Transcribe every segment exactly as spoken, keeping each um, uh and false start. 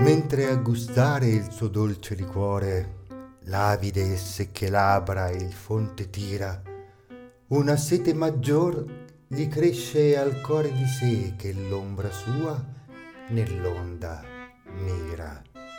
Mentre a gustare il suo dolce liquore, l'avide e secche labbra il fonte tira, una sete maggior gli cresce al core di sé che l'ombra sua nell'onda mira.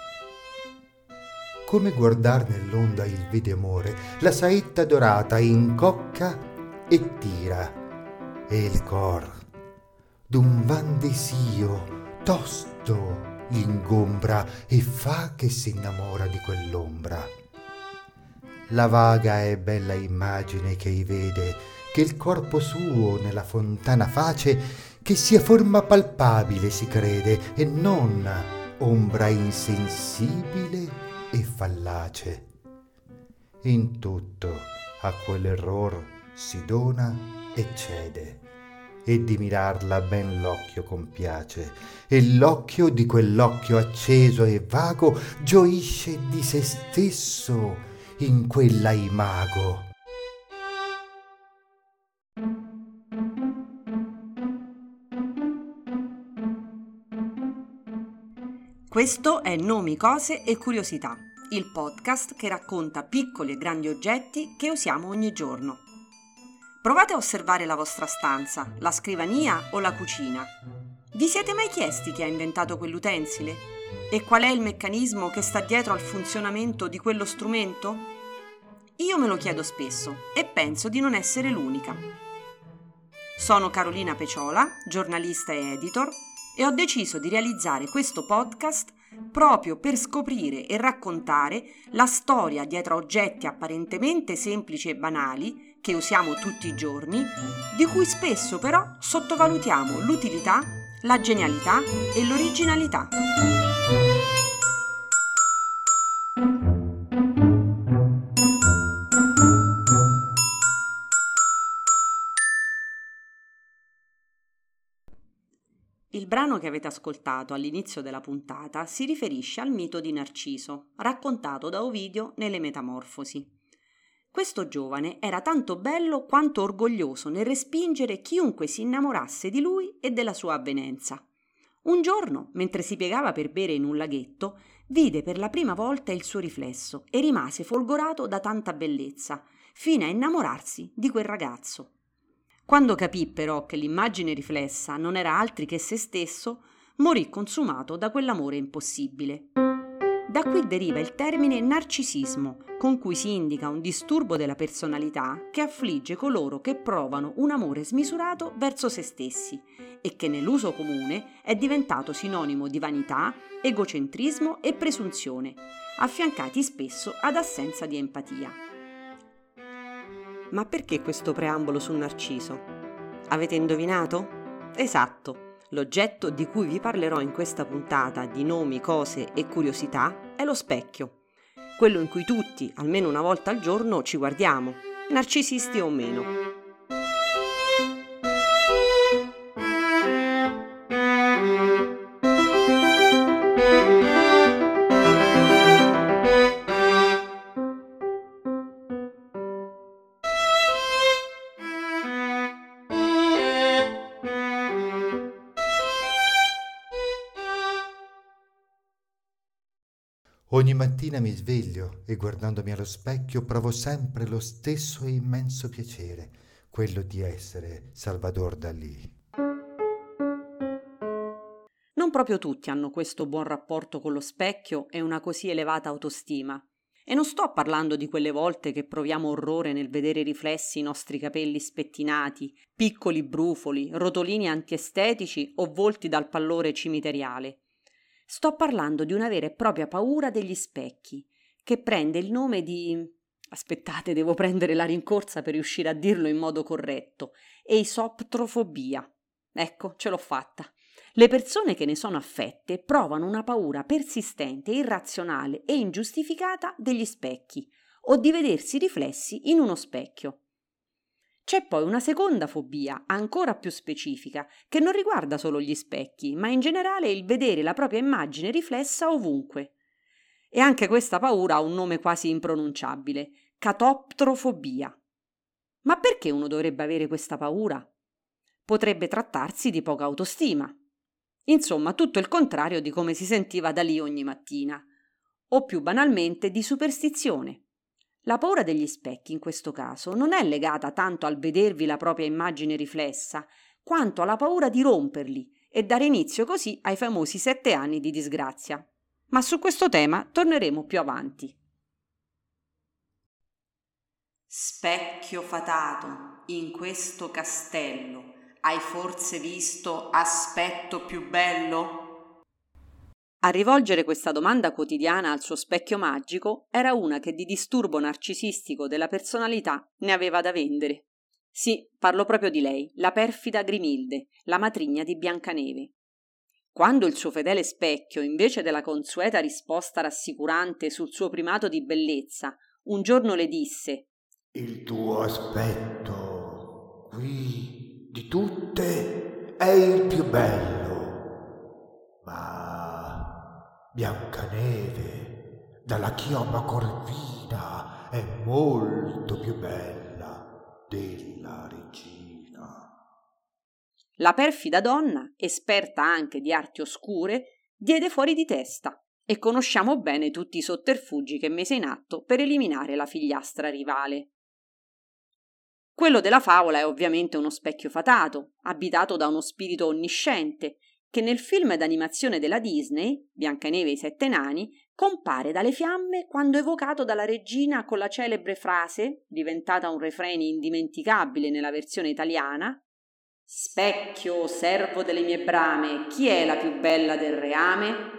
Come guardar nell'onda il vede amore, la saetta dorata incocca e tira, e il cor d'un van desio tosto ingombra e fa che s'innamora di quell'ombra. La vaga e bella immagine che ei vede, che il corpo suo nella fontana face, che sia forma palpabile si crede, e non ombra insensibile e fallace. In tutto a quell'error si dona e cede, e di mirarla ben l'occhio compiace, e l'occhio di quell'occhio acceso e vago gioisce di se stesso in quella imago. Questo è Nomi, Cose e Curiosità, il podcast che racconta piccoli e grandi oggetti che usiamo ogni giorno. Provate a osservare la vostra stanza, la scrivania o la cucina. Vi siete mai chiesti chi ha inventato quell'utensile? E qual è il meccanismo che sta dietro al funzionamento di quello strumento? Io me lo chiedo spesso e penso di non essere l'unica. Sono Carolina Peciola, giornalista e editor, e ho deciso di realizzare questo podcast proprio per scoprire e raccontare la storia dietro a oggetti apparentemente semplici e banali che usiamo tutti i giorni, di cui spesso però sottovalutiamo l'utilità, la genialità e l'originalità. Il brano che avete ascoltato all'inizio della puntata si riferisce al mito di Narciso, raccontato da Ovidio nelle Metamorfosi. Questo giovane era tanto bello quanto orgoglioso nel respingere chiunque si innamorasse di lui e della sua avvenenza. Un giorno, mentre si piegava per bere in un laghetto, vide per la prima volta il suo riflesso e rimase folgorato da tanta bellezza, fino a innamorarsi di quel ragazzo. Quando capì però che l'immagine riflessa non era altri che se stesso, morì consumato da quell'amore impossibile. Da qui deriva il termine narcisismo, con cui si indica un disturbo della personalità che affligge coloro che provano un amore smisurato verso se stessi e che nell'uso comune è diventato sinonimo di vanità, egocentrismo e presunzione, affiancati spesso ad assenza di empatia. Ma perché questo preambolo su Narciso? Avete indovinato? Esatto! L'oggetto di cui vi parlerò in questa puntata di Nomi, Cose e Curiosità è lo specchio, quello in cui tutti, almeno una volta al giorno, ci guardiamo, narcisisti o meno. Ogni mattina mi sveglio e guardandomi allo specchio provo sempre lo stesso e immenso piacere, quello di essere Salvador Dalì. Non proprio tutti hanno questo buon rapporto con lo specchio e una così elevata autostima. E non sto parlando di quelle volte che proviamo orrore nel vedere riflessi i nostri capelli spettinati, piccoli brufoli, rotolini antiestetici o volti dal pallore cimiteriale. Sto parlando di una vera e propria paura degli specchi, che prende il nome di... Aspettate, devo prendere la rincorsa per riuscire a dirlo in modo corretto. Eisoptrofobia. Ecco, ce l'ho fatta. Le persone che ne sono affette provano una paura persistente, irrazionale e ingiustificata degli specchi o di vedersi riflessi in uno specchio. C'è poi una seconda fobia, ancora più specifica, che non riguarda solo gli specchi, ma in generale il vedere la propria immagine riflessa ovunque. E anche questa paura ha un nome quasi impronunciabile, catoptrofobia. Ma perché uno dovrebbe avere questa paura? Potrebbe trattarsi di poca autostima. Insomma, tutto il contrario di come si sentiva da lì ogni mattina, o più banalmente di superstizione. La paura degli specchi in questo caso non è legata tanto al vedervi la propria immagine riflessa, quanto alla paura di romperli e dare inizio così ai famosi sette anni di disgrazia. Ma su questo tema torneremo più avanti. Specchio fatato, in questo castello, hai forse visto aspetto più bello? A rivolgere questa domanda quotidiana al suo specchio magico era una che di disturbo narcisistico della personalità ne aveva da vendere. Sì, parlo proprio di lei, la perfida Grimilde, la matrigna di Biancaneve. Quando il suo fedele specchio, invece della consueta risposta rassicurante sul suo primato di bellezza, un giorno le disse: «Il tuo aspetto qui di tutte è il più bello, ma Biancaneve dalla chioma corvina è molto più bella della regina». La perfida donna, esperta anche di arti oscure, diede fuori di testa e conosciamo bene tutti i sotterfugi che mise in atto per eliminare la figliastra rivale. Quello della favola è ovviamente uno specchio fatato, abitato da uno spirito onnisciente, che nel film d'animazione della Disney, Biancaneve e i Sette Nani, compare dalle fiamme quando evocato dalla regina con la celebre frase, diventata un refrain indimenticabile nella versione italiana: «Specchio, servo delle mie brame, chi è la più bella del reame?»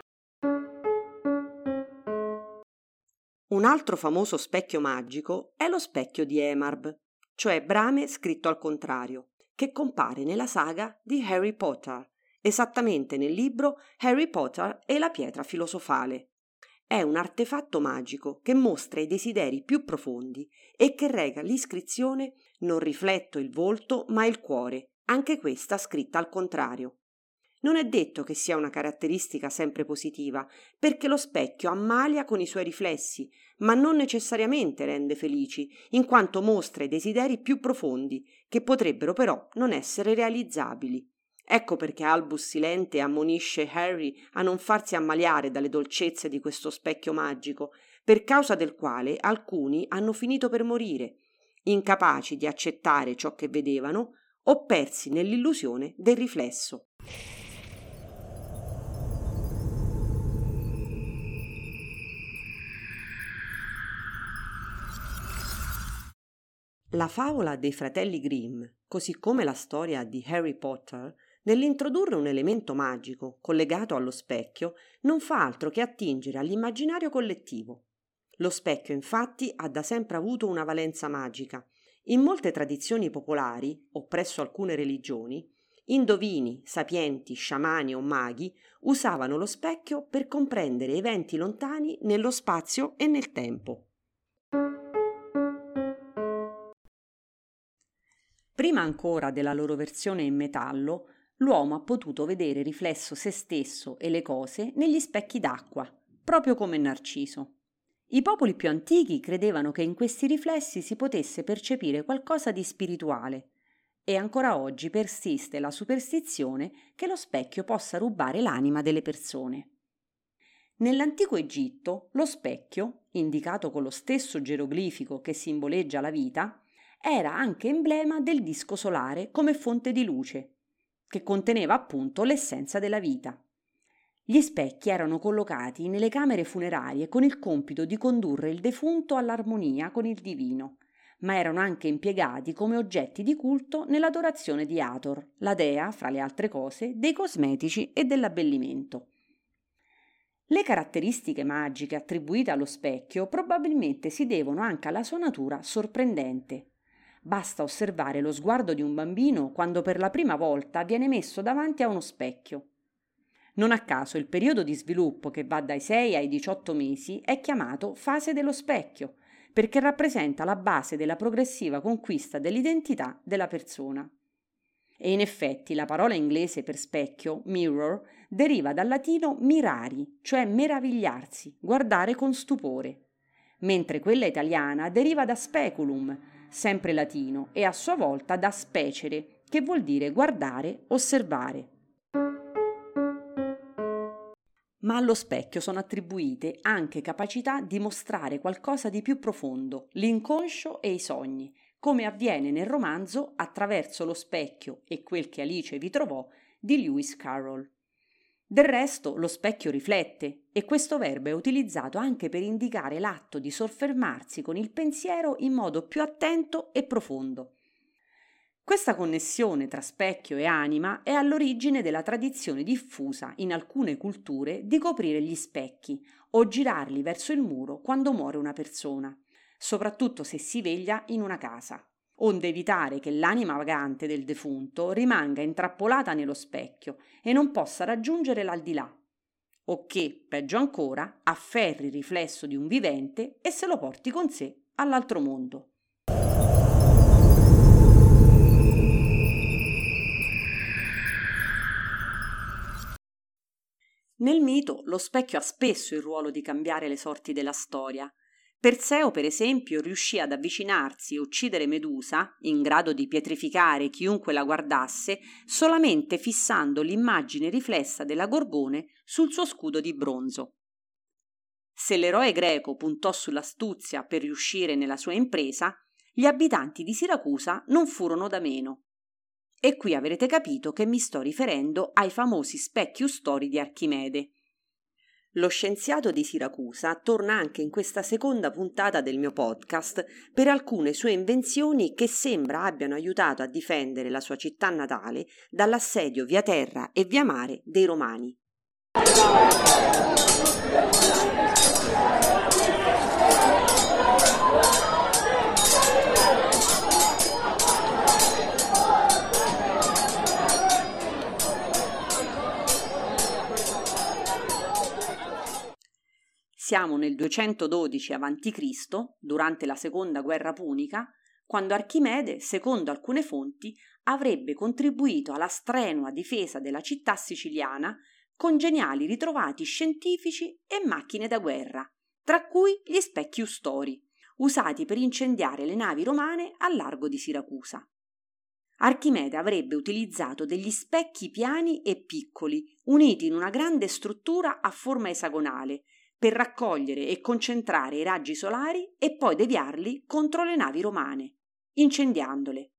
Un altro famoso specchio magico è lo specchio di Emarb, cioè Brame scritto al contrario, che compare nella saga di Harry Potter, esattamente nel libro Harry Potter e la pietra filosofale. È un artefatto magico che mostra i desideri più profondi e che reca l'iscrizione «Non rifletto il volto ma il cuore», anche questa scritta al contrario. Non è detto che sia una caratteristica sempre positiva, perché lo specchio ammalia con i suoi riflessi, ma non necessariamente rende felici, in quanto mostra i desideri più profondi, che potrebbero però non essere realizzabili. Ecco perché Albus Silente ammonisce Harry a non farsi ammaliare dalle dolcezze di questo specchio magico, per causa del quale alcuni hanno finito per morire, incapaci di accettare ciò che vedevano o persi nell'illusione del riflesso. La favola dei fratelli Grimm, così come la storia di Harry Potter, nell'introdurre un elemento magico collegato allo specchio, non fa altro che attingere all'immaginario collettivo. Lo specchio, infatti, ha da sempre avuto una valenza magica. In molte tradizioni popolari, o presso alcune religioni, indovini, sapienti, sciamani o maghi usavano lo specchio per comprendere eventi lontani nello spazio e nel tempo. Prima ancora della loro versione in metallo, l'uomo ha potuto vedere riflesso se stesso e le cose negli specchi d'acqua, proprio come Narciso. I popoli più antichi credevano che in questi riflessi si potesse percepire qualcosa di spirituale, e ancora oggi persiste la superstizione che lo specchio possa rubare l'anima delle persone. Nell'antico Egitto, lo specchio, indicato con lo stesso geroglifico che simboleggia la vita, era anche emblema del disco solare come fonte di luce, che conteneva appunto l'essenza della vita. Gli specchi erano collocati nelle camere funerarie con il compito di condurre il defunto all'armonia con il divino, ma erano anche impiegati come oggetti di culto nell'adorazione di Hathor, la dea, fra le altre cose, dei cosmetici e dell'abbellimento. Le caratteristiche magiche attribuite allo specchio probabilmente si devono anche alla sua natura sorprendente. Basta osservare lo sguardo di un bambino quando per la prima volta viene messo davanti a uno specchio. Non a caso il periodo di sviluppo, che va dai sei ai diciotto mesi, è chiamato fase dello specchio, perché rappresenta la base della progressiva conquista dell'identità della persona. E in effetti la parola inglese per specchio, mirror, deriva dal latino mirari, cioè meravigliarsi, guardare con stupore, mentre quella italiana deriva da speculum, sempre latino, e a sua volta da specere, che vuol dire guardare, osservare. Ma allo specchio sono attribuite anche capacità di mostrare qualcosa di più profondo, l'inconscio e i sogni, come avviene nel romanzo Attraverso lo specchio e quel che Alice vi trovò di Lewis Carroll. Del resto, lo specchio riflette, e questo verbo è utilizzato anche per indicare l'atto di soffermarsi con il pensiero in modo più attento e profondo. Questa connessione tra specchio e anima è all'origine della tradizione diffusa in alcune culture di coprire gli specchi o girarli verso il muro quando muore una persona, soprattutto se si veglia in una casa, onde evitare che l'anima vagante del defunto rimanga intrappolata nello specchio e non possa raggiungere l'aldilà, o che, peggio ancora, afferri il riflesso di un vivente e se lo porti con sé all'altro mondo. Nel mito lo specchio ha spesso il ruolo di cambiare le sorti della storia. Perseo, per esempio, riuscì ad avvicinarsi e uccidere Medusa, in grado di pietrificare chiunque la guardasse, solamente fissando l'immagine riflessa della Gorgone sul suo scudo di bronzo. Se l'eroe greco puntò sull'astuzia per riuscire nella sua impresa, gli abitanti di Siracusa non furono da meno. E qui avrete capito che mi sto riferendo ai famosi specchi ustori di Archimede. Lo scienziato di Siracusa torna anche in questa seconda puntata del mio podcast per alcune sue invenzioni che sembra abbiano aiutato a difendere la sua città natale dall'assedio via terra e via mare dei Romani. Siamo nel duecentododici avanti Cristo, durante la seconda guerra punica, quando Archimede, secondo alcune fonti, avrebbe contribuito alla strenua difesa della città siciliana con geniali ritrovati scientifici e macchine da guerra, tra cui gli specchi ustori, usati per incendiare le navi romane al largo di Siracusa. Archimede avrebbe utilizzato degli specchi piani e piccoli, uniti in una grande struttura a forma esagonale, per raccogliere e concentrare i raggi solari e poi deviarli contro le navi romane, incendiandole.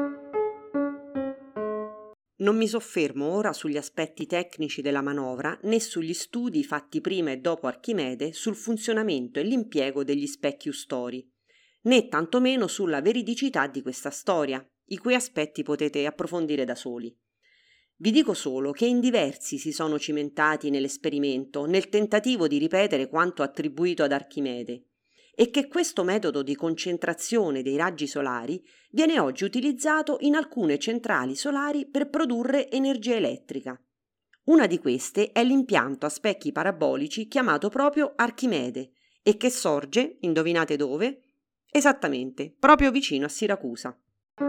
Non mi soffermo ora sugli aspetti tecnici della manovra né sugli studi fatti prima e dopo Archimede sul funzionamento e l'impiego degli specchi ustori, né tantomeno sulla veridicità di questa storia, i cui aspetti potete approfondire da soli. Vi dico solo che in diversi si sono cimentati nell'esperimento, nel tentativo di ripetere quanto attribuito ad Archimede, e che questo metodo di concentrazione dei raggi solari viene oggi utilizzato in alcune centrali solari per produrre energia elettrica. Una di queste è l'impianto a specchi parabolici chiamato proprio Archimede e che sorge, indovinate dove? Esattamente, proprio vicino a Siracusa.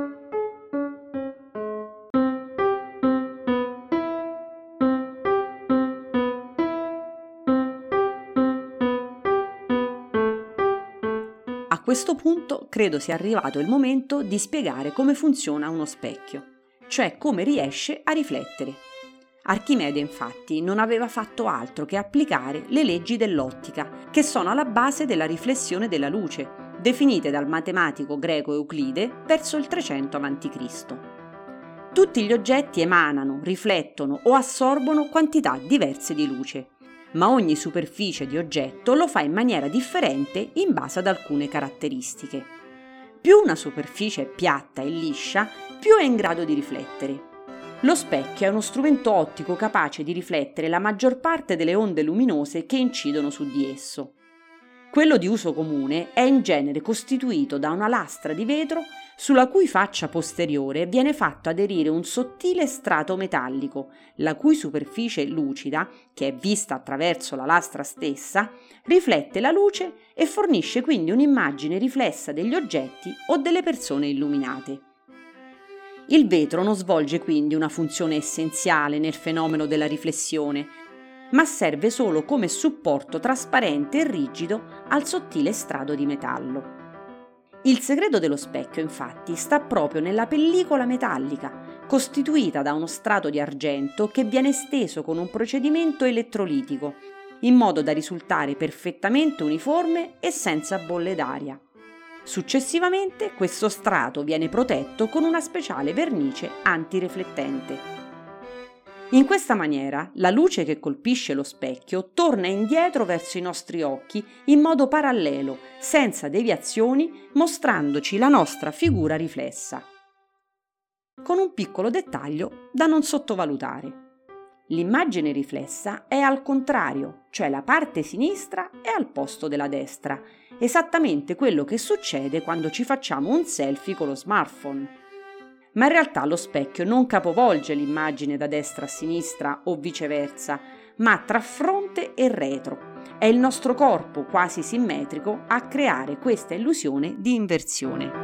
A questo punto credo sia arrivato il momento di spiegare come funziona uno specchio, cioè come riesce a riflettere. Archimede infatti non aveva fatto altro che applicare le leggi dell'ottica, che sono alla base della riflessione della luce, definite dal matematico greco Euclide verso il trecento avanti Cristo. Tutti gli oggetti emanano, riflettono o assorbono quantità diverse di luce, ma ogni superficie di oggetto lo fa in maniera differente in base ad alcune caratteristiche. Più una superficie è piatta e liscia, più è in grado di riflettere. Lo specchio è uno strumento ottico capace di riflettere la maggior parte delle onde luminose che incidono su di esso. Quello di uso comune è in genere costituito da una lastra di vetro sulla cui faccia posteriore viene fatto aderire un sottile strato metallico, la cui superficie lucida, che è vista attraverso la lastra stessa, riflette la luce e fornisce quindi un'immagine riflessa degli oggetti o delle persone illuminate. Il vetro non svolge quindi una funzione essenziale nel fenomeno della riflessione, ma serve solo come supporto trasparente e rigido al sottile strato di metallo. Il segreto dello specchio, infatti, sta proprio nella pellicola metallica, costituita da uno strato di argento che viene steso con un procedimento elettrolitico, in modo da risultare perfettamente uniforme e senza bolle d'aria. Successivamente questo strato viene protetto con una speciale vernice antiriflettente. In questa maniera la luce che colpisce lo specchio torna indietro verso i nostri occhi in modo parallelo, senza deviazioni, mostrandoci la nostra figura riflessa. Con un piccolo dettaglio da non sottovalutare. L'immagine riflessa è al contrario, cioè la parte sinistra è al posto della destra, esattamente quello che succede quando ci facciamo un selfie con lo smartphone. Ma in realtà lo specchio non capovolge l'immagine da destra a sinistra o viceversa, ma tra fronte e retro. È il nostro corpo quasi simmetrico a creare questa illusione di inversione.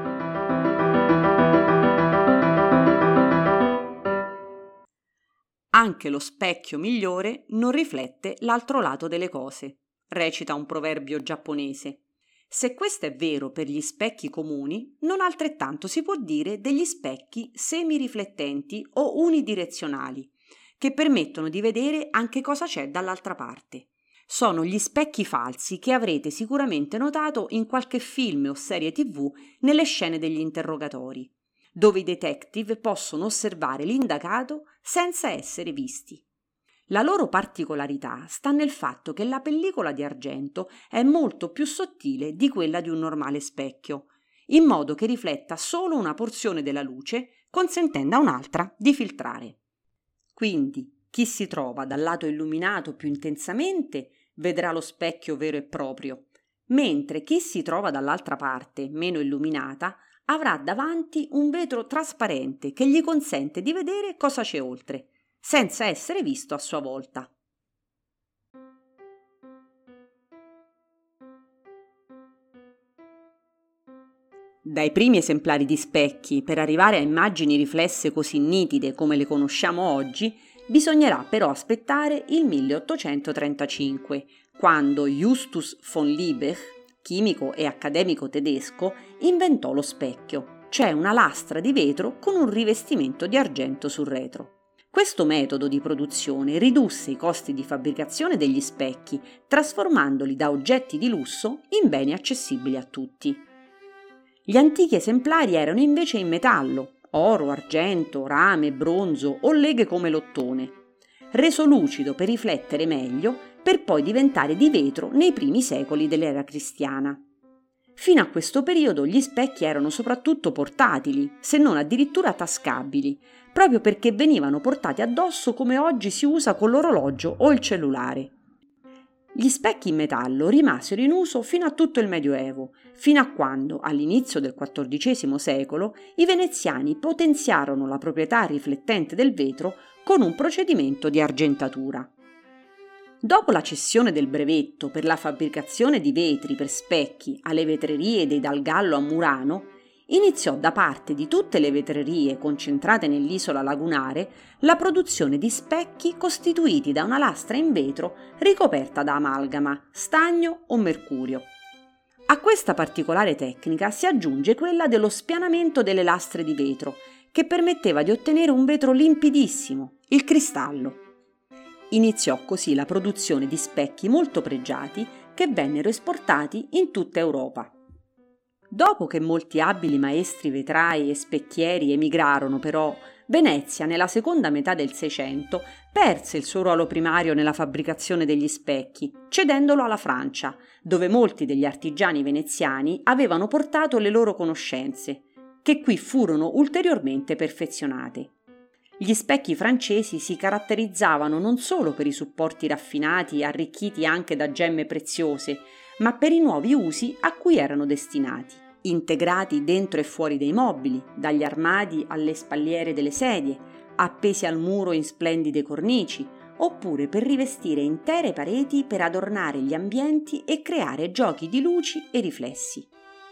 Anche lo specchio migliore non riflette l'altro lato delle cose, recita un proverbio giapponese. Se questo è vero per gli specchi comuni, non altrettanto si può dire degli specchi semiriflettenti o unidirezionali, che permettono di vedere anche cosa c'è dall'altra parte. Sono gli specchi falsi che avrete sicuramente notato in qualche film o serie tivù nelle scene degli interrogatori, dove i detective possono osservare l'indagato senza essere visti. La loro particolarità sta nel fatto che la pellicola di argento è molto più sottile di quella di un normale specchio, in modo che rifletta solo una porzione della luce, consentendo a un'altra di filtrare. Quindi, chi si trova dal lato illuminato più intensamente vedrà lo specchio vero e proprio, mentre chi si trova dall'altra parte, meno illuminata, avrà davanti un vetro trasparente che gli consente di vedere cosa c'è oltre, senza essere visto a sua volta. Dai primi esemplari di specchi per arrivare a immagini riflesse così nitide come le conosciamo oggi, bisognerà però aspettare il milleottocentotrentacinque, quando Justus von Liebig, chimico e accademico tedesco, inventò lo specchio, cioè una lastra di vetro con un rivestimento di argento sul retro. Questo metodo di produzione ridusse i costi di fabbricazione degli specchi, trasformandoli da oggetti di lusso in beni accessibili a tutti. Gli antichi esemplari erano invece in metallo, oro, argento, rame, bronzo o leghe come l'ottone, reso lucido per riflettere meglio, per poi diventare di vetro nei primi secoli dell'era cristiana. Fino a questo periodo gli specchi erano soprattutto portatili, se non addirittura tascabili, proprio perché venivano portati addosso come oggi si usa con l'orologio o il cellulare. Gli specchi in metallo rimasero in uso fino a tutto il Medioevo, fino a quando, all'inizio del quattordicesimo secolo, i veneziani potenziarono la proprietà riflettente del vetro con un procedimento di argentatura. Dopo la cessione del brevetto per la fabbricazione di vetri per specchi alle vetrerie dei Dal Gallo a Murano, iniziò da parte di tutte le vetrerie concentrate nell'isola lagunare la produzione di specchi costituiti da una lastra in vetro ricoperta da amalgama, stagno o mercurio. A questa particolare tecnica si aggiunge quella dello spianamento delle lastre di vetro, che permetteva di ottenere un vetro limpidissimo, il cristallo. Iniziò così la produzione di specchi molto pregiati che vennero esportati in tutta Europa. Dopo che molti abili maestri vetrai e specchieri emigrarono, però, Venezia nella seconda metà del Seicento perse il suo ruolo primario nella fabbricazione degli specchi, cedendolo alla Francia, dove molti degli artigiani veneziani avevano portato le loro conoscenze, che qui furono ulteriormente perfezionate. Gli specchi francesi si caratterizzavano non solo per i supporti raffinati arricchiti anche da gemme preziose, ma per i nuovi usi a cui erano destinati, integrati dentro e fuori dei mobili, dagli armadi alle spalliere delle sedie, appesi al muro in splendide cornici, oppure per rivestire intere pareti per adornare gli ambienti e creare giochi di luci e riflessi.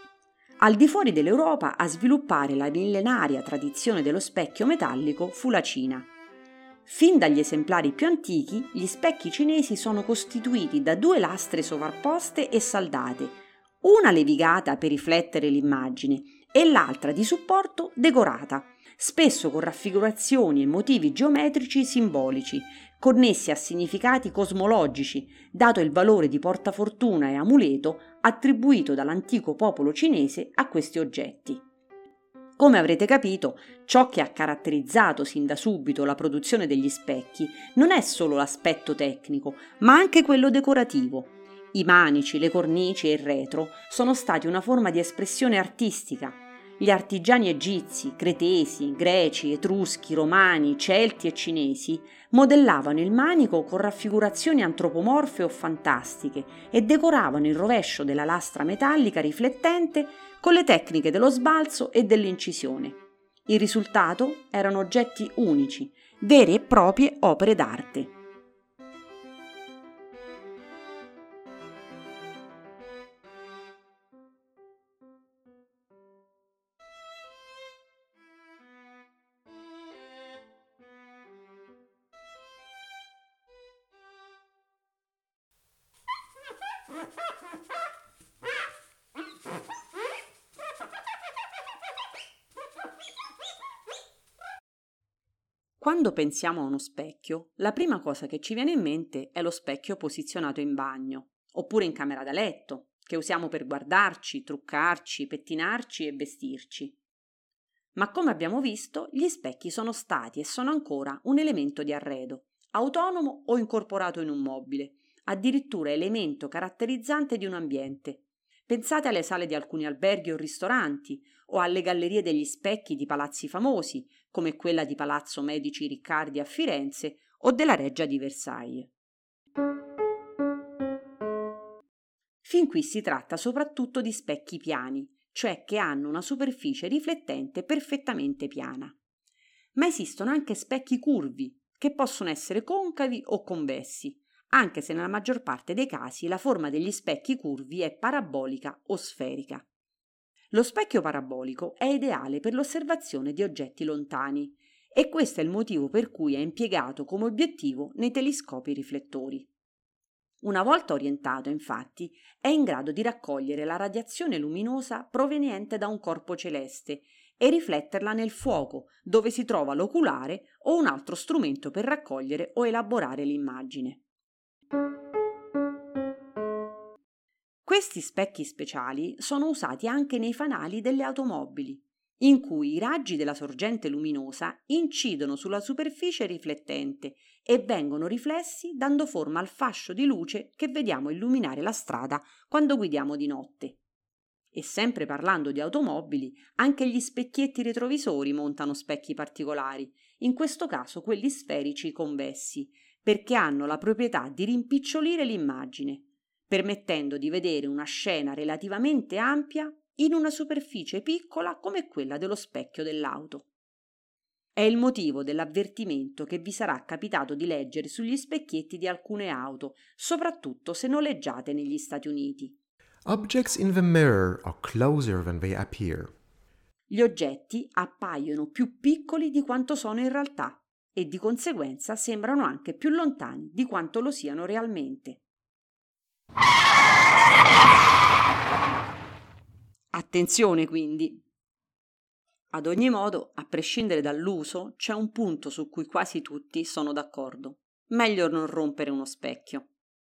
Al di fuori dell'Europa a sviluppare la millenaria tradizione dello specchio metallico fu la Cina. Fin dagli esemplari più antichi, gli specchi cinesi sono costituiti da due lastre sovrapposte e saldate, una levigata per riflettere l'immagine e l'altra di supporto decorata, spesso con raffigurazioni e motivi geometrici simbolici, connessi a significati cosmologici, dato il valore di portafortuna e amuleto attribuito dall'antico popolo cinese a questi oggetti. Come avrete capito, ciò che ha caratterizzato sin da subito la produzione degli specchi non è solo l'aspetto tecnico, ma anche quello decorativo. I manici, le cornici e il retro sono stati una forma di espressione artistica. Gli artigiani egizi, cretesi, greci, etruschi, romani, celti e cinesi modellavano il manico con raffigurazioni antropomorfe o fantastiche e decoravano il rovescio della lastra metallica riflettente con le tecniche dello sbalzo e dell'incisione. Il risultato erano oggetti unici, vere e proprie opere d'arte. Quando pensiamo a uno specchio, la prima cosa che ci viene in mente è lo specchio posizionato in bagno, oppure in camera da letto, che usiamo per guardarci, truccarci, pettinarci e vestirci. Ma come abbiamo visto, gli specchi sono stati e sono ancora un elemento di arredo, autonomo o incorporato in un mobile, addirittura elemento caratterizzante di un ambiente. Pensate alle sale di alcuni alberghi o ristoranti, o alle gallerie degli specchi di palazzi famosi, come quella di Palazzo Medici Riccardi a Firenze o della Reggia di Versailles. Fin qui si tratta soprattutto di specchi piani, cioè che hanno una superficie riflettente perfettamente piana. Ma esistono anche specchi curvi, che possono essere concavi o convessi, anche se nella maggior parte dei casi la forma degli specchi curvi è parabolica o sferica. Lo specchio parabolico è ideale per l'osservazione di oggetti lontani e questo è il motivo per cui è impiegato come obiettivo nei telescopi riflettori. Una volta orientato, infatti, è in grado di raccogliere la radiazione luminosa proveniente da un corpo celeste e rifletterla nel fuoco, dove si trova l'oculare o un altro strumento per raccogliere o elaborare l'immagine. Questi specchi speciali sono usati anche nei fanali delle automobili, in cui i raggi della sorgente luminosa incidono sulla superficie riflettente e vengono riflessi dando forma al fascio di luce che vediamo illuminare la strada quando guidiamo di notte. E sempre parlando di automobili, anche gli specchietti retrovisori montano specchi particolari, in questo caso quelli sferici convessi, perché hanno la proprietà di rimpicciolire l'immagine, permettendo di vedere una scena relativamente ampia in una superficie piccola come quella dello specchio dell'auto. È il motivo dell'avvertimento che vi sarà capitato di leggere sugli specchietti di alcune auto, soprattutto se noleggiate negli Stati Uniti. Objects in the mirror are closer than they appear. Gli oggetti appaiono più piccoli di quanto sono in realtà e di conseguenza sembrano anche più lontani di quanto lo siano realmente. Attenzione quindi! Ad ogni modo, a prescindere dall'uso, c'è un punto su cui quasi tutti sono d'accordo. Meglio non rompere uno specchio.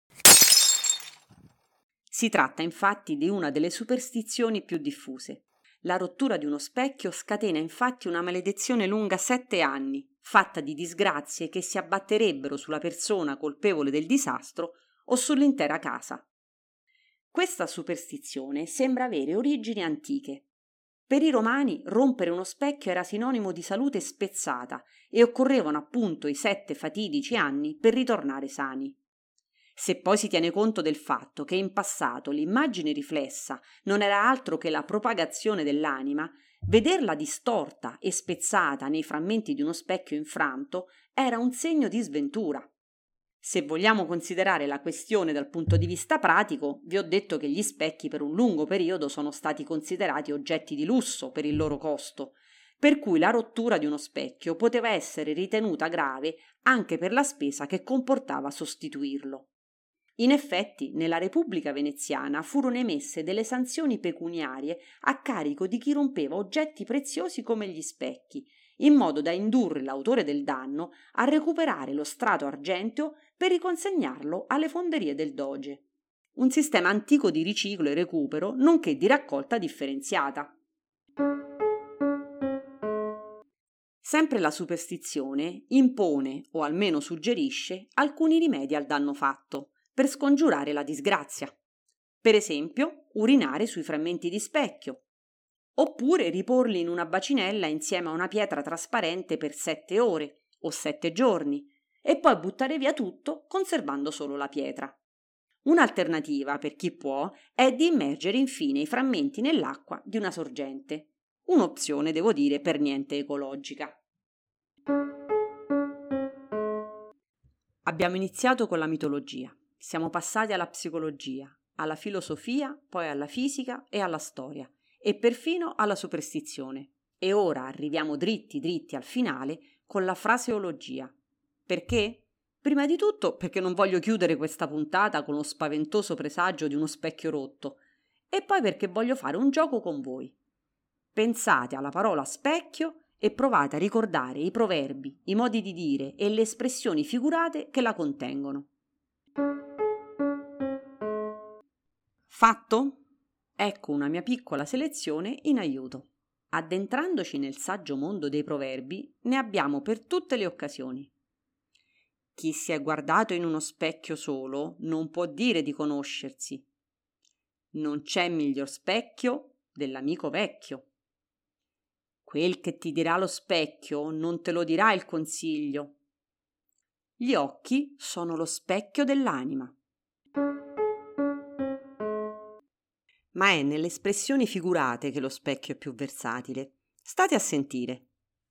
Si tratta infatti di una delle superstizioni più diffuse. La rottura di uno specchio scatena infatti una maledizione lunga sette anni, fatta di disgrazie che si abbatterebbero sulla persona colpevole del disastro o sull'intera casa. Questa superstizione sembra avere origini antiche. Per i romani rompere uno specchio era sinonimo di salute spezzata e occorrevano appunto i sette fatidici anni per ritornare sani. Se poi si tiene conto del fatto che in passato l'immagine riflessa non era altro che la propagazione dell'anima, vederla distorta e spezzata nei frammenti di uno specchio infranto era un segno di sventura. Se vogliamo considerare la questione dal punto di vista pratico, vi ho detto che gli specchi per un lungo periodo sono stati considerati oggetti di lusso per il loro costo, per cui la rottura di uno specchio poteva essere ritenuta grave anche per la spesa che comportava sostituirlo. In effetti, nella Repubblica Veneziana furono emesse delle sanzioni pecuniarie a carico di chi rompeva oggetti preziosi come gli specchi, in modo da indurre l'autore del danno a recuperare lo strato argenteo per riconsegnarlo alle fonderie del doge. Un sistema antico di riciclo e recupero, nonché di raccolta differenziata. Sempre la superstizione impone, o almeno suggerisce, alcuni rimedi al danno fatto, per scongiurare la disgrazia. Per esempio, urinare sui frammenti di specchio, oppure riporli in una bacinella insieme a una pietra trasparente per sette ore o sette giorni, e poi buttare via tutto conservando solo la pietra. Un'alternativa, per chi può, è di immergere infine i frammenti nell'acqua di una sorgente. Un'opzione, devo dire, per niente ecologica. Abbiamo iniziato con la mitologia, siamo passati alla psicologia, alla filosofia, poi alla fisica e alla storia, e perfino alla superstizione. E ora arriviamo dritti dritti al finale con la fraseologia. Perché? Prima di tutto perché non voglio chiudere questa puntata con lo spaventoso presagio di uno specchio rotto, e poi perché voglio fare un gioco con voi. Pensate alla parola specchio e provate a ricordare i proverbi, i modi di dire e le espressioni figurate che la contengono. Fatto? Ecco una mia piccola selezione in aiuto. Addentrandoci nel saggio mondo dei proverbi, ne abbiamo per tutte le occasioni. Chi si è guardato in uno specchio solo non può dire di conoscersi. Non c'è miglior specchio dell'amico vecchio. Quel che ti dirà lo specchio non te lo dirà il consiglio. Gli occhi sono lo specchio dell'anima. Ma è nelle espressioni figurate che lo specchio è più versatile. State a sentire.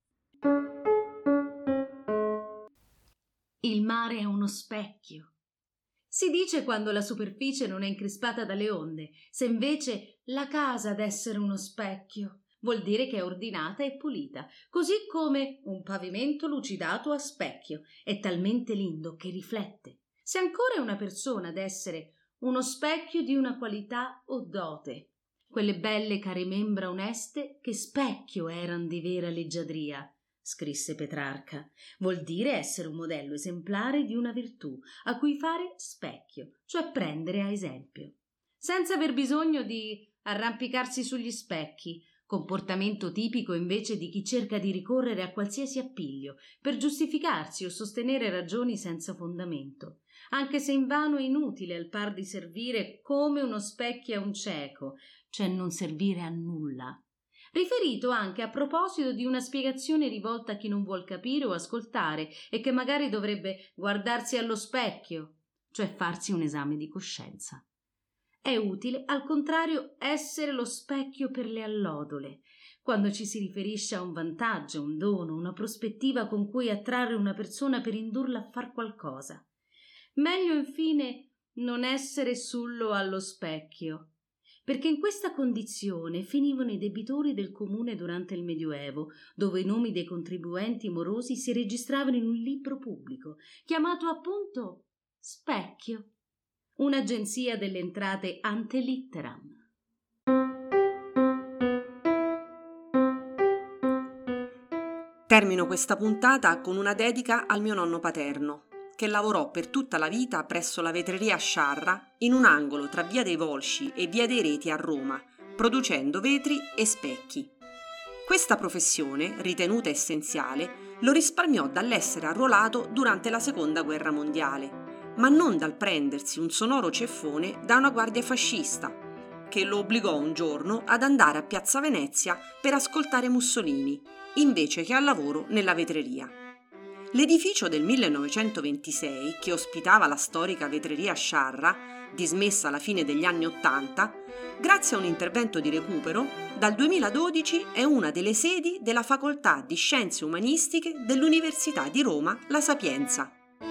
Il mare è uno specchio. Si dice quando la superficie non è increspata dalle onde. Se invece la casa ad essere uno specchio, vuol dire che è ordinata e pulita, così come un pavimento lucidato a specchio è talmente lindo che riflette. Se ancora è una persona ad essere uno specchio di una qualità o dote, quelle belle care membra oneste che specchio eran di vera leggiadria, scrisse Petrarca, vuol dire essere un modello esemplare di una virtù a cui fare specchio, cioè prendere a esempio, senza aver bisogno di arrampicarsi sugli specchi, comportamento tipico invece di chi cerca di ricorrere a qualsiasi appiglio per giustificarsi o sostenere ragioni senza fondamento, anche se invano e inutile al par di servire come uno specchio a un cieco, cioè non servire a nulla. Riferito anche a proposito di una spiegazione rivolta a chi non vuol capire o ascoltare e che magari dovrebbe guardarsi allo specchio, cioè farsi un esame di coscienza. È utile, al contrario, essere lo specchio per le allodole, quando ci si riferisce a un vantaggio, un dono, una prospettiva con cui attrarre una persona per indurla a far qualcosa. Meglio, infine, non essere sullo allo specchio, perché in questa condizione finivano i debitori del comune durante il Medioevo, dove i nomi dei contribuenti morosi si registravano in un libro pubblico, chiamato appunto specchio, un'agenzia delle entrate ante litteram. Termino questa puntata con una dedica al mio nonno paterno, che lavorò per tutta la vita presso la vetreria Sciarra in un angolo tra Via dei Volsci e Via dei Reti a Roma, producendo vetri e specchi. Questa professione, ritenuta essenziale, lo risparmiò dall'essere arruolato durante la Seconda Guerra Mondiale, ma non dal prendersi un sonoro ceffone da una guardia fascista, che lo obbligò un giorno ad andare a Piazza Venezia per ascoltare Mussolini, invece che al lavoro nella vetreria. L'edificio del millenovecentoventisei, che ospitava la storica vetreria Sciarra, dismessa alla fine degli anni Ottanta, grazie a un intervento di recupero, dal duemiladodici è una delle sedi della Facoltà di Scienze Umanistiche dell'Università di Roma La Sapienza.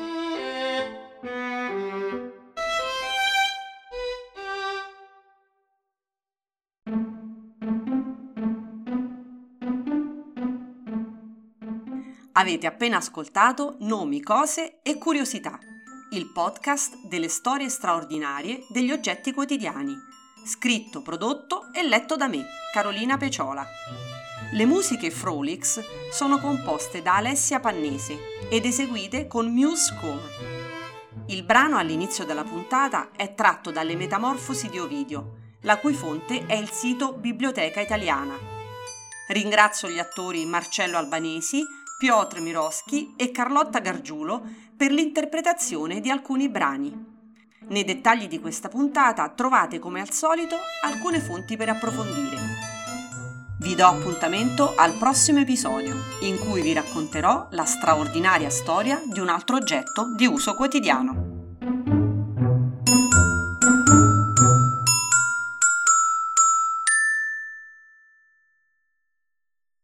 Avete appena ascoltato Nomi, cose e curiosità, il podcast delle storie straordinarie degli oggetti quotidiani, scritto, prodotto e letto da me, Carolina Peciola. Le musiche Frolix sono composte da Alessia Pannese ed eseguite con Muse Score. Il brano all'inizio della puntata è tratto dalle Metamorfosi di Ovidio, la cui fonte è il sito Biblioteca Italiana. Ringrazio gli attori Marcello Albanesi, Piotr Miroschi e Carlotta Gargiulo per l'interpretazione di alcuni brani. Nei dettagli di questa puntata trovate come al solito alcune fonti per approfondire. Vi do appuntamento al prossimo episodio, in cui vi racconterò la straordinaria storia di un altro oggetto di uso quotidiano.